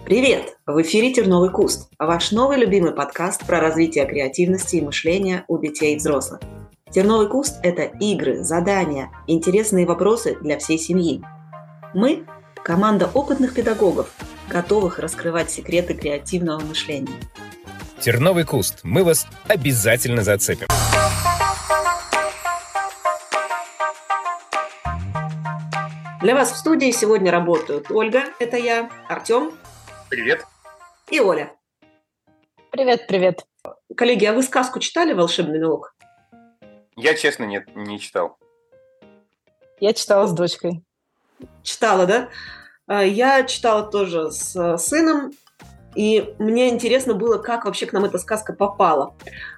Привет! В эфире «Терновый куст», ваш новый любимый подкаст про развитие креативности и мышления у детей и взрослых. «Терновый куст» – это игры, задания, интересные вопросы для всей семьи. Мы – команда опытных педагогов, готовых раскрывать секреты креативного мышления. «Терновый куст», мы вас обязательно зацепим. Для вас в студии сегодня работают Ольга, это я, Артем. Привет. И Оля. Привет. Коллеги, а вы сказку читали «Волшебный мелок»? Я, честно, нет, не читал. Я читала с дочкой. Читала, да? Я читала тоже с сыном, и мне интересно было, как вообще к нам эта сказка попала.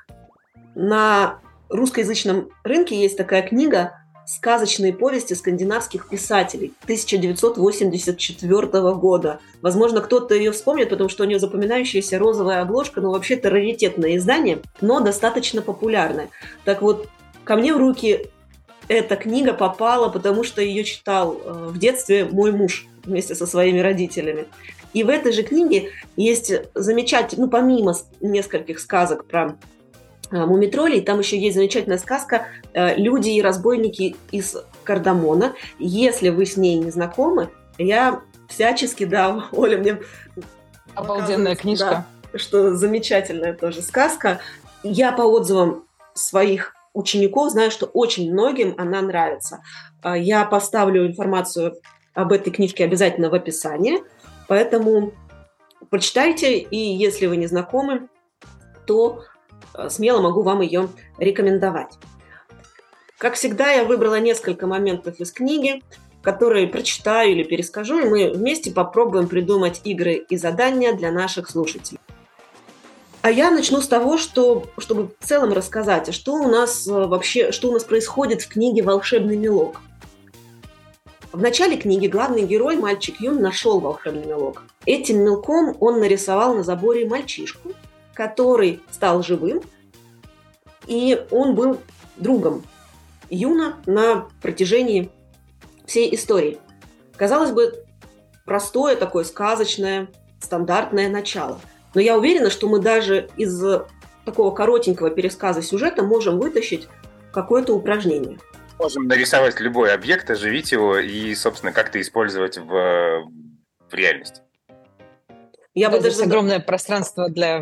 На русскоязычном рынке есть такая книга «Сказочные повести скандинавских писателей» 1984 года. Возможно, кто-то ее вспомнит, потому что у нее запоминающаяся розовая обложка, но вообще это раритетное издание, но достаточно популярное. Так вот, ко мне в руки эта книга попала, потому что ее читал в детстве мой муж вместе со своими родителями. И в этой же книге есть замечательно, помимо нескольких сказок про мумитролей, там еще есть замечательная сказка «Люди и разбойники из Кардамона». Если вы с ней не знакомы, я всячески, да, Оля мне обалденная книжка. Да, что замечательная тоже сказка. Я по отзывам своих учеников знаю, что очень многим она нравится. Я поставлю информацию об этой книжке обязательно в описании, поэтому прочитайте, и если вы не знакомы, то смело могу вам ее рекомендовать. Как всегда, я выбрала несколько моментов из книги, которые прочитаю или перескажу, и мы вместе попробуем придумать игры и задания для наших слушателей. А я начну с того, чтобы в целом рассказать, что у нас происходит в книге «Волшебный мелок». В начале книги главный герой, мальчик Юн, нашел волшебный мелок. Этим мелком он нарисовал на заборе мальчишку, который стал живым, и он был другом Юна на протяжении всей истории. Казалось бы, простое такое сказочное, стандартное начало. Но я уверена, что мы даже из такого коротенького пересказа сюжета можем вытащить какое-то упражнение. Можем нарисовать любой объект, оживить его и, собственно, как-то использовать в реальности. Здесь огромное пространство для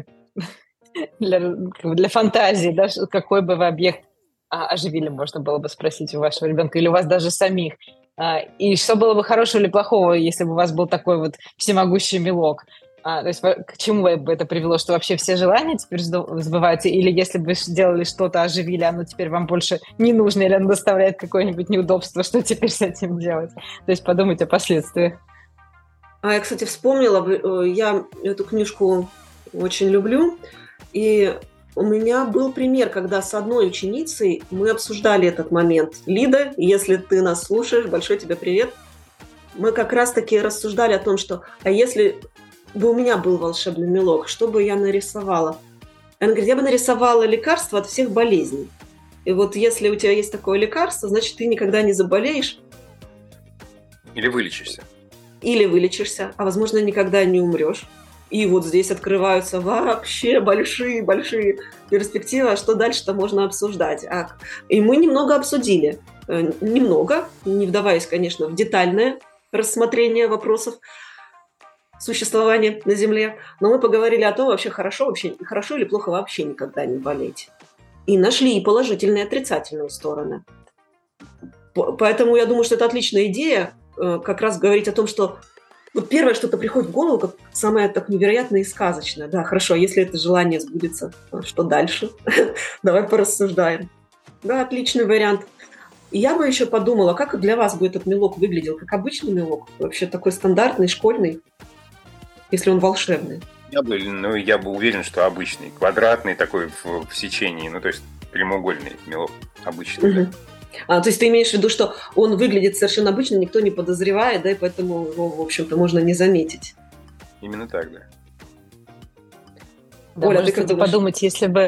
фантазии, да, какой бы вы объект оживили, можно было бы спросить у вашего ребенка или у вас даже самих. И что было бы хорошего или плохого, если бы у вас был такой вот всемогущий мелок? То есть к чему бы это привело, что вообще все желания теперь сбываются? Или если бы сделали что-то, оживили, оно теперь вам больше не нужно, или оно доставляет какое-нибудь неудобство, что теперь с этим делать? То есть подумайте о последствиях. Я, кстати, вспомнила, я эту книжку очень люблю, и у меня был пример, когда с одной ученицей мы обсуждали этот момент. Лида, если ты нас слушаешь, большой тебе привет. Мы как раз-таки рассуждали о том, что а если бы у меня был волшебный мелок, что бы я нарисовала? Она говорит, я бы нарисовала лекарство от всех болезней. И вот если у тебя есть такое лекарство, значит, ты никогда не заболеешь. Или вылечишься. А возможно, никогда не умрешь. И вот здесь открываются вообще большие-большие перспективы, а что дальше-то можно обсуждать. И мы немного обсудили. Немного, не вдаваясь, конечно, в детальное рассмотрение вопросов существования на Земле, но мы поговорили о том, вообще хорошо или плохо вообще никогда не болеть. И нашли и положительные, и отрицательные стороны. Поэтому я думаю, что это отличная идея как раз говорить о том, что вот первое, что-то приходит в голову, как самое так невероятное и сказочное. Да, хорошо, если это желание сбудется, что дальше? Давай порассуждаем. Да, отличный вариант. И я бы еще подумала, как для вас бы этот мелок выглядел? Как обычный мелок? Вообще такой стандартный, школьный, если он волшебный. Я бы уверен, что обычный, квадратный такой в сечении, то есть прямоугольный мелок обычный. Угу. То есть ты имеешь в виду, что он выглядит совершенно обычно, никто не подозревает, да, и поэтому его, в общем-то, можно не заметить. Именно так, да. Да, Оля, ты как подумать, если бы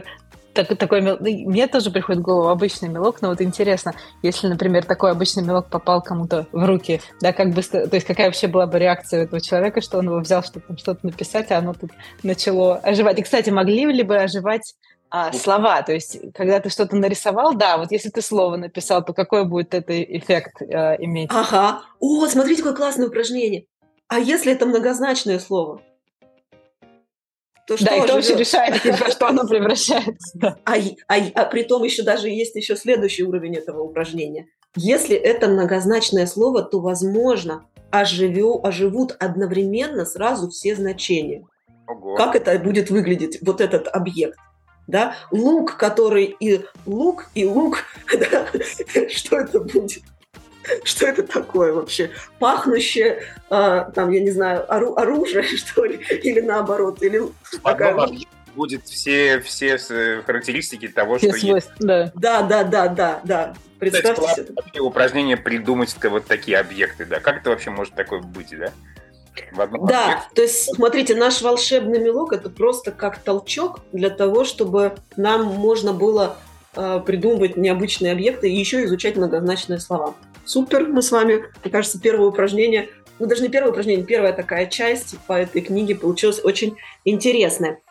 Мне тоже приходит в голову обычный мелок, но вот интересно, если, например, такой обычный мелок попал кому-то в руки, да, то есть какая вообще была бы реакция этого человека, что он его взял, чтобы там что-то написать, а оно тут начало оживать. И, кстати, могли ли бы оживать слова? То есть, когда ты что-то нарисовал, да, вот если ты слово написал, то какой будет это эффект иметь? Ага. О, смотрите, какое классное упражнение. А если это многозначное слово? То Да, и кто вообще оживет? решает, во что оно превращается? А при том еще даже есть еще следующий уровень этого упражнения. Если это многозначное слово, то, возможно, оживут одновременно сразу все значения. Ого. Как это будет выглядеть, вот этот объект? Да? Лук, который и лук, да? Что это будет? Что это такое вообще? Пахнущее, там, я не знаю, оружие, что ли? Или наоборот? Или такая... Будет все характеристики того, что есть. Да. Представьте себе. Кстати, упражнение придумать вот такие объекты, да. Как это вообще может такое быть, да? Да, то есть, смотрите, наш волшебный мелок – это просто как толчок для того, чтобы нам можно было придумывать необычные объекты и еще изучать многозначные слова. Супер, мы с вами, мне кажется, первое упражнение, даже не первое упражнение, первая такая часть по этой книге получилась очень интересная.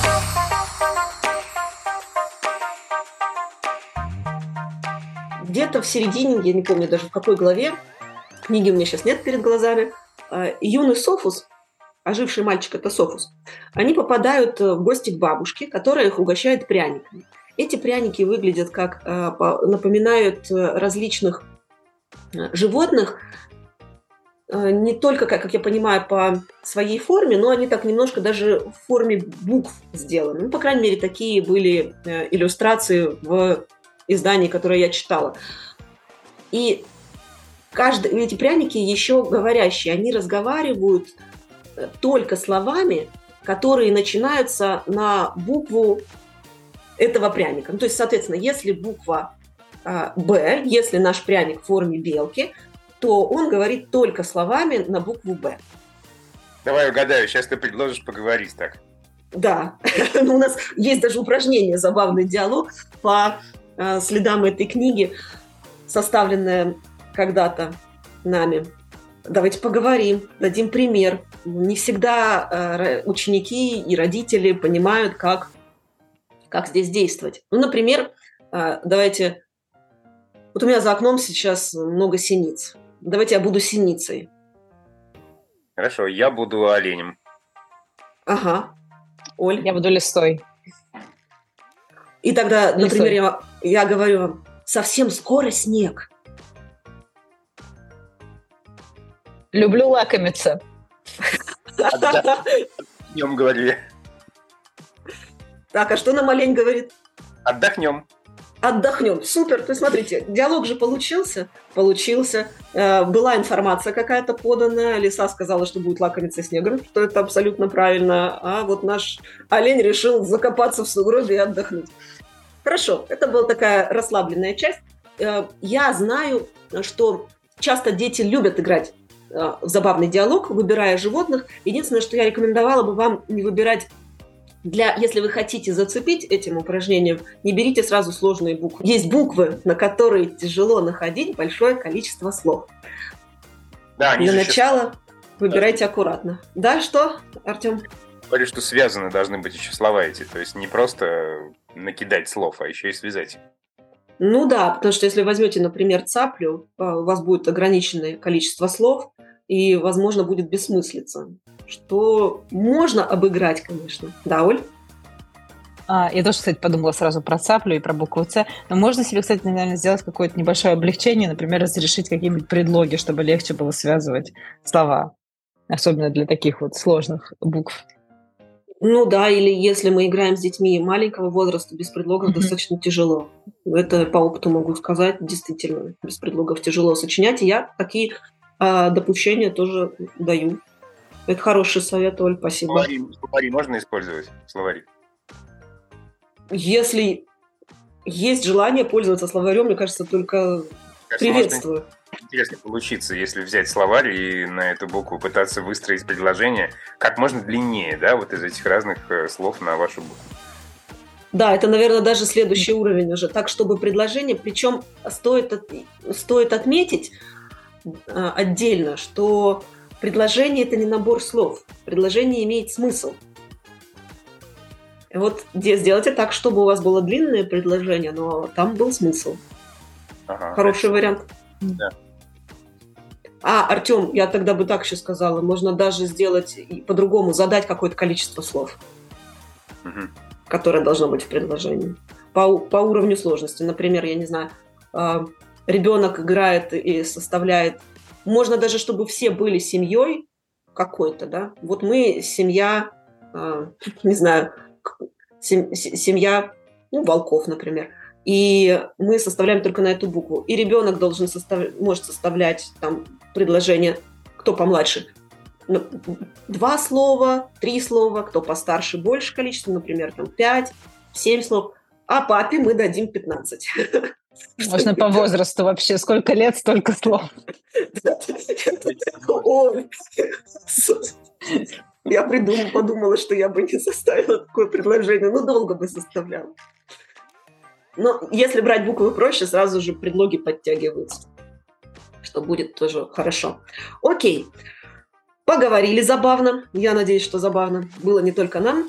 Где-то в середине, я не помню даже в какой главе, книги у меня сейчас нет перед глазами, юный Софус, оживший мальчик – это Софус, они попадают в гости к бабушке, которая их угощает пряниками. Эти пряники выглядят как, напоминают различных животных, не только, как я понимаю, по своей форме, но они так немножко даже в форме букв сделаны. Ну, по крайней мере, такие были иллюстрации в издании, которое я читала. И эти пряники еще говорящие, они разговаривают только словами, которые начинаются на букву этого пряника. Ну, то есть, соответственно, если буква «Б», если наш пряник в форме белки, то он говорит только словами на букву «Б». Давай угадаю, сейчас ты предложишь поговорить так. Да, у нас есть даже упражнение «Забавный диалог» по следам этой книги, составленное когда-то нами. Давайте поговорим, дадим пример. Не всегда ученики и родители понимают, как здесь действовать. Ну, например, давайте... Вот у меня за окном сейчас много синиц. Давайте я буду синицей. Хорошо, я буду оленем. Ага. Оль? Я буду листой. И тогда, например, я говорю вам, совсем скоро снег. Люблю лакомиться. Отдохнем, говорили. Так, а что нам олень говорит? Отдохнем. Отдохнем. Супер. То есть, смотрите, диалог же получился. Была информация какая-то поданная. Лиса сказала, что будет лакомиться снегом, что это абсолютно правильно. А вот наш олень решил закопаться в сугробе и отдохнуть. Хорошо. Это была такая расслабленная часть. Я знаю, что часто дети любят играть в забавный диалог, выбирая животных. Единственное, что я рекомендовала бы вам не выбирать если вы хотите зацепить этим упражнением, не берите сразу сложные буквы. Есть буквы, на которые тяжело находить большое количество слов. Да, Для начала выбирайте аккуратно. Да, что, Артем? Говорю, что связаны должны быть еще слова эти. То есть не просто накидать слов, а еще и связать. Ну да, потому что если возьмете, например, цаплю, у вас будет ограниченное количество слов, и, возможно, будет бессмыслица. Что можно обыграть, конечно. Да, Оль? Я тоже, кстати, подумала сразу про цаплю и про букву «Ц». Но можно себе, кстати, наверное, сделать какое-то небольшое облегчение, например, разрешить какие-нибудь предлоги, чтобы легче было связывать слова. Особенно для таких вот сложных букв. Ну да, или если мы играем с детьми маленького возраста, без предлогов достаточно тяжело. Это по опыту могу сказать, действительно, без предлогов тяжело сочинять. И я такие допущения тоже даю. Это хороший совет, Оль, спасибо. Словари можно использовать? Словари. Если есть желание пользоваться словарем, мне кажется, только приветствую. Интересно получиться, если взять словарь и на эту букву пытаться выстроить предложение как можно длиннее, да, вот из этих разных слов на вашу букву. Да, это, наверное, даже следующий уровень уже. Так, чтобы предложение, причем стоит отметить отдельно, что предложение – это не набор слов. Предложение имеет смысл. И вот сделайте так, чтобы у вас было длинное предложение, но там был смысл. Ага, Хороший вариант. Да. Артем, я тогда бы так еще сказала, можно даже сделать по-другому, задать какое-то количество слов, которое должно быть в предложении. По уровню сложности. Например, я не знаю, ребенок играет и составляет... Можно даже, чтобы все были семьей какой-то, да? Вот мы семья, не знаю, семья, волков, например. И мы составляем только на эту букву. И ребенок может составлять там предложение, кто помладше, 2 слова, 3 слова, кто постарше больше количество, например, там 5, 7 слов. А папе мы дадим 15. Можно по возрасту вообще. Сколько лет, столько слов. Я подумала, что я бы не составила такое предложение, но долго бы составляла. Но если брать буквы проще, сразу же предлоги подтягиваются, что будет тоже хорошо. Окей, поговорили забавно. Я надеюсь, что забавно было не только нам.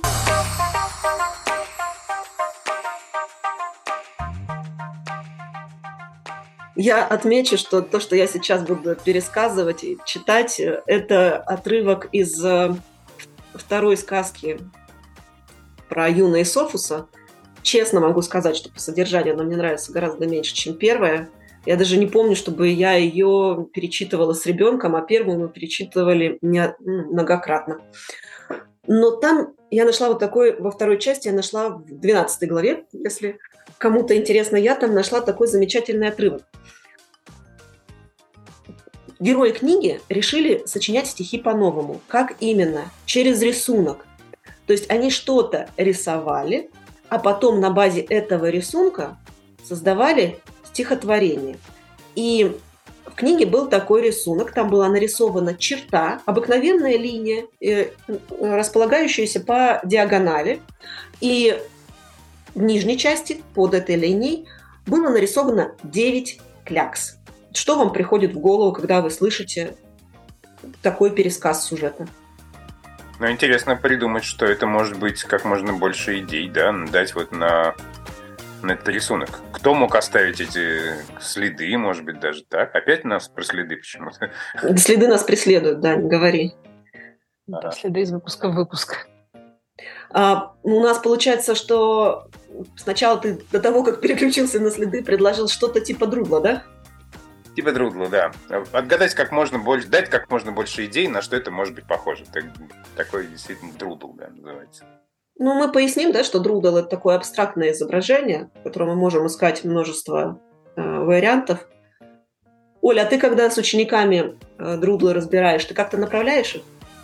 Я отмечу, что то, что я сейчас буду пересказывать и читать, это отрывок из второй сказки про Юна и Софуса. Честно могу сказать, что по содержанию она мне нравится гораздо меньше, чем первая. Я даже не помню, чтобы я ее перечитывала с ребенком, а первую мы перечитывали многократно. Но там я нашла вот такой, во второй части я нашла в 12 главе, если кому-то интересно, я там нашла такой замечательный отрывок. Герои книги решили сочинять стихи по-новому. Как именно? Через рисунок. То есть они что-то рисовали, а потом на базе этого рисунка создавали стихотворение. И в книге был такой рисунок, там была нарисована черта, обыкновенная линия, располагающаяся по диагонали, и в нижней части под этой линией было нарисовано 9 клякс. Что вам приходит в голову, когда вы слышите такой пересказ сюжета? Ну, интересно придумать, что это может быть как можно больше идей, да, дать вот на этот рисунок. Кто мог оставить эти следы, может быть, даже так? Опять нас про следы почему-то? Следы нас преследуют, да, не говори. Да, следы из выпуска в выпуск. У нас получается, что сначала ты до того, как переключился на следы, предложил что-то типа Друдла, да? Типа Друдла, да. Отгадать как можно больше, дать как можно больше идей, на что это может быть похоже. Такой действительно Друдл, да, называется. Ну, мы поясним, да, что Друдл – это такое абстрактное изображение, в котором мы можем искать множество вариантов. Оля, а ты когда с учениками Друдла разбираешь, ты как-то направляешь их?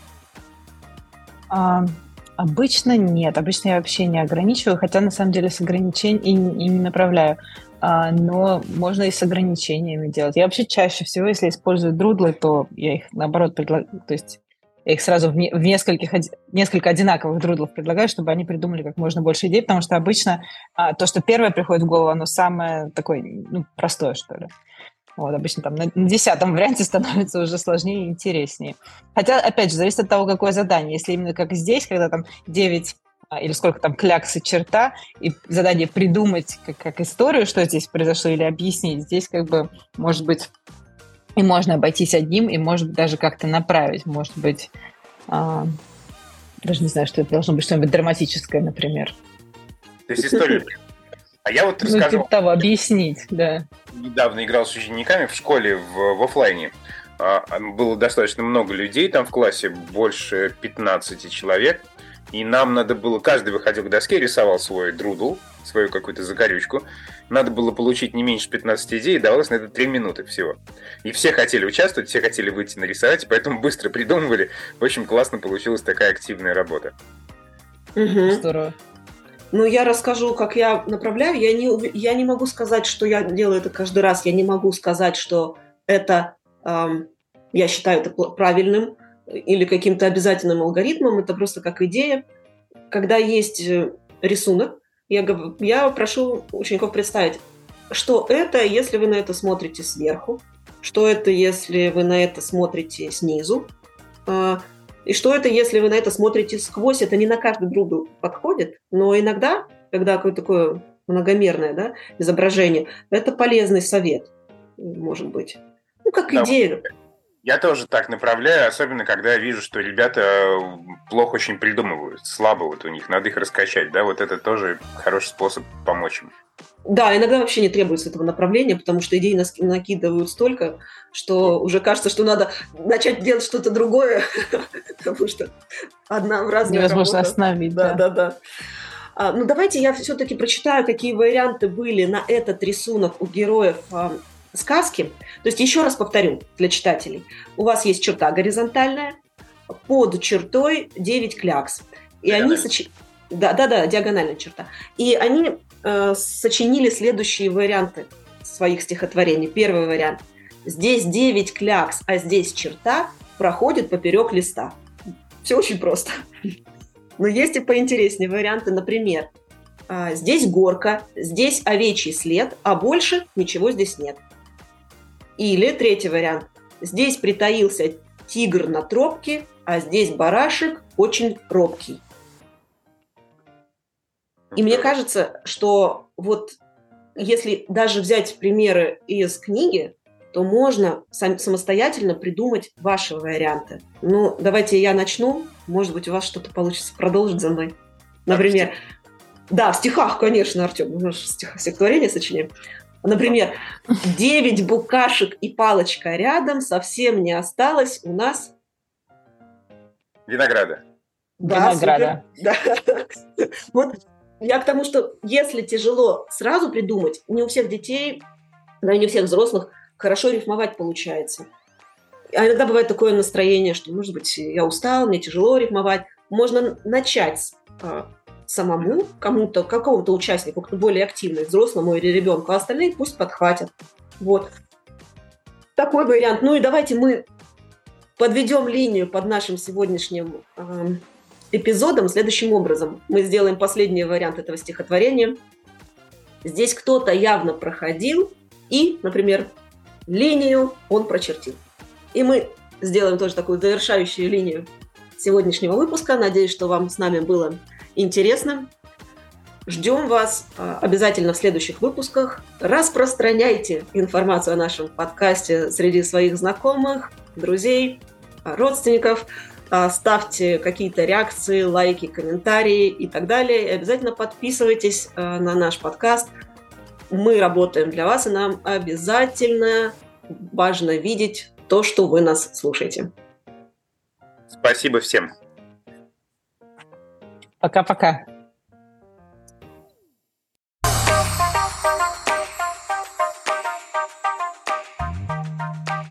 Обычно нет. Обычно я вообще не ограничиваю, хотя на самом деле с ограничениями и не направляю. Но можно и с ограничениями делать. Я вообще чаще всего, если использую друдлы, то я их наоборот предлагаю, то есть я их сразу в несколько одинаковых друдлов предлагаю, чтобы они придумали как можно больше идей, потому что обычно то, что первое приходит в голову, оно самое такое, простое, что ли. Вот, обычно там на 10-м варианте становится уже сложнее и интереснее. Хотя, опять же, зависит от того, какое задание. Если именно как здесь, когда там 9 или сколько там клякс и черта, и задание придумать как историю, что здесь произошло, или объяснить. Здесь как бы, может быть, и можно обойтись одним, и может даже как-то направить. Может быть, даже не знаю, что это должно быть, что-нибудь драматическое, например. То есть историю. А я вот расскажу. Типа того, объяснить, да. Недавно играл с учениками в школе в офлайне. Было достаточно много людей там в классе, больше 15 человек. И нам надо было, каждый выходил к доске, рисовал свой друдл, свою какую-то закорючку. Надо было получить не меньше 15 идей, и давалось на это 3 минуты всего. И все хотели участвовать, все хотели выйти нарисовать, поэтому быстро придумывали. В общем, классно получилась такая активная работа. Угу. Здорово. Ну, я расскажу, как я направляю. Я не могу сказать, что я делаю это каждый раз. Я не могу сказать, что это, я считаю это правильным или каким-то обязательным алгоритмом. Это просто как идея. Когда есть рисунок, Я прошу учеников представить, что это, если вы на это смотрите сверху, что это, если вы на это смотрите снизу, и что это, если вы на это смотрите сквозь. Это не на каждую другу подходит, но иногда, когда какое-то такое многомерное, да, изображение, это полезный совет, может быть. Ну, как идея. Я тоже так направляю, особенно когда я вижу, что ребята плохо очень придумывают, слабо вот у них, надо их раскачать, да, вот это тоже хороший способ помочь им. Да, иногда вообще не требуется этого направления, потому что идей накидывают столько, что уже кажется, что надо начать делать что-то другое, потому что однообразная невозможно работа. остановить. Да. Ну, давайте я все-таки прочитаю, какие варианты были на этот рисунок у героев сказки. То есть еще раз повторю для читателей. У вас есть черта горизонтальная, под чертой 9 клякс. И они диагональная черта. И они сочинили следующие варианты своих стихотворений. Первый вариант. Здесь 9 клякс, а здесь черта проходит поперек листа. Все очень просто. Но есть и поинтереснее варианты. Например, здесь горка, здесь овечий след, а больше ничего здесь нет. Или третий вариант. Здесь притаился тигр на тропке, а здесь барашек очень робкий. И мне кажется, что вот если даже взять примеры из книги, то можно самостоятельно придумать ваши варианты. Ну, давайте я начну. Может быть, у вас что-то получится продолжить за мной. Например, в стихах, конечно, Артем, мы же стихотворение сочиняем. Например, 9 букашек и палочка рядом, совсем не осталось у нас... Винограда. Да, винограда. Да. Вот я к тому, что если тяжело сразу придумать, не у всех детей, да и не у всех взрослых хорошо рифмовать получается. А иногда бывает такое настроение, что, может быть, я устал, мне тяжело рифмовать. Можно начать самому, какому-то участнику, кто более активный, взрослому или ребенку, а остальные пусть подхватят. Вот. Такой вариант. Ну и давайте мы подведем линию под нашим сегодняшним эпизодом следующим образом. Мы сделаем последний вариант этого стихотворения. Здесь кто-то явно проходил и, например, линию он прочертил. И мы сделаем тоже такую завершающую линию сегодняшнего выпуска. Надеюсь, что вам с нами было интересно. Ждем вас обязательно в следующих выпусках. Распространяйте информацию о нашем подкасте среди своих знакомых, друзей, родственников. Ставьте какие-то реакции, лайки, комментарии и так далее. И обязательно подписывайтесь на наш подкаст. Мы работаем для вас, и нам обязательно важно видеть то, что вы нас слушаете. Спасибо всем. Пока-пока.